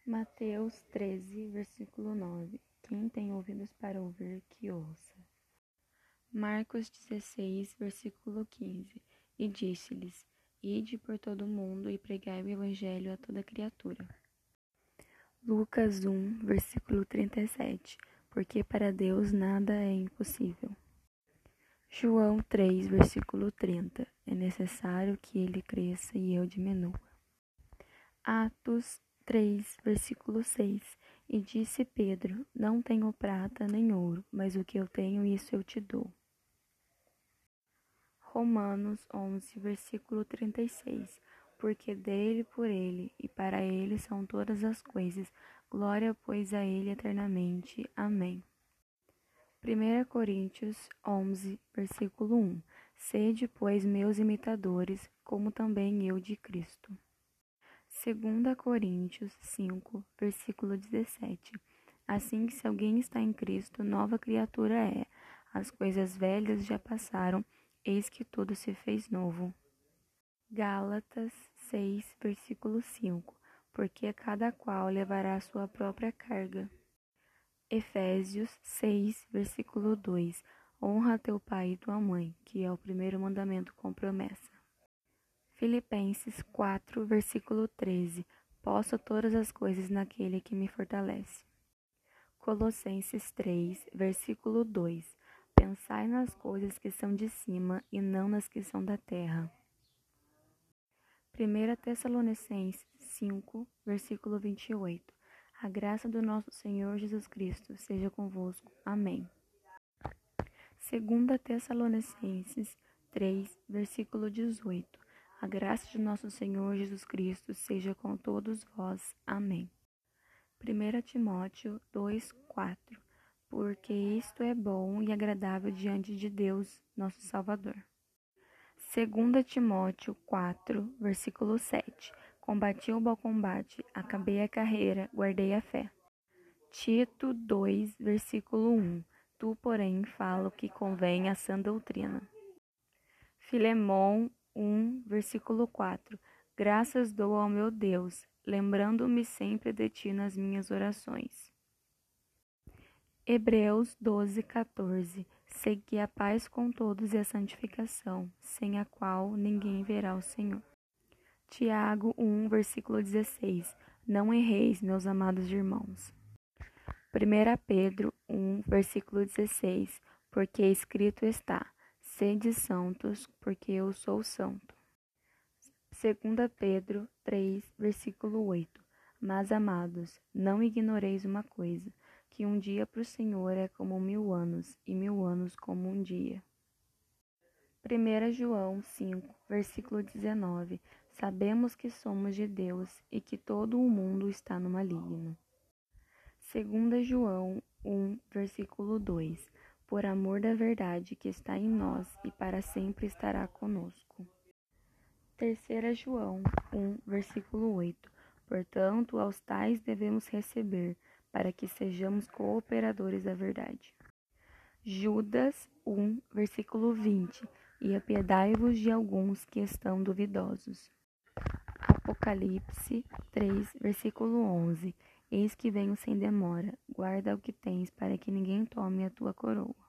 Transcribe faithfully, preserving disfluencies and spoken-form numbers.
Mateus treze, versículo nove. Quem tem ouvidos para ouvir, que ouça. Marcos dezesseis, versículo quinze. E disse-lhes: Ide por todo o mundo e pregai o evangelho a toda criatura. Lucas um, versículo trinta e sete. Porque para Deus nada é impossível. João três, versículo trinta. É necessário que ele cresça e eu diminua. Atos três, versículo seis. E disse Pedro: Não tenho prata nem ouro, mas o que eu tenho, isso eu te dou. Romanos onze, versículo trinta e seis. Porque dele, por ele e para ele são todas as coisas. Glória, pois, a ele eternamente. Amém. primeira Coríntios onze, versículo um. Sede, pois, meus imitadores, como também eu de Cristo. segunda Coríntios cinco, versículo dezessete. Assim que se alguém está em Cristo, nova criatura é. As coisas velhas já passaram, eis que tudo se fez novo. Gálatas seis, versículo cinco. Porque cada qual levará a sua própria carga. Efésios seis, versículo dois. Honra teu pai e tua mãe, que é o primeiro mandamento com promessa. Filipenses quatro, versículo treze. Posso todas as coisas naquele que me fortalece. Colossenses três, versículo dois. Pensai nas coisas que são de cima e não nas que são da terra. primeira Tessalonicenses cinco, versículo vinte e oito. A graça do nosso Senhor Jesus Cristo seja convosco. Amém. segunda Tessalonicenses três, versículo dezoito. A graça de nosso Senhor Jesus Cristo seja com todos vós. Amém. primeira Timóteo dois, quatro. Porque isto é bom e agradável diante de Deus, nosso Salvador. segunda Timóteo quatro, versículo sete. Combati o bom combate, acabei a carreira, guardei a fé. Tito dois, versículo um. Tu, porém, fala o que convém à sã doutrina. Filemão um, versículo quatro. Graças dou ao meu Deus, lembrando-me sempre de ti nas minhas orações. Hebreus doze, quatorze. Segui a paz com todos e a santificação, sem a qual ninguém verá o Senhor. Tiago um, versículo dezesseis. Não erreis, meus amados irmãos. primeira Pedro um, versículo dezesseis. Porque escrito está: Sede santos, porque eu sou santo. segunda Pedro três, versículo oito. Mas, amados, não ignoreis uma coisa, que um dia para o Senhor é como mil anos, e mil anos como um dia. primeira João cinco, versículo dezenove. Sabemos que somos de Deus e que todo o mundo está no maligno. segunda João um, versículo dois. Por amor da verdade que está em nós e para sempre estará conosco. terceira João um, versículo oito. Portanto, aos tais devemos receber, para que sejamos cooperadores da verdade. Judas um, versículo vinte. E apiedai-vos de alguns que estão duvidosos. Apocalipse três, versículo onze. Eis que venho sem demora, guarda o que tens, para que ninguém tome a tua coroa.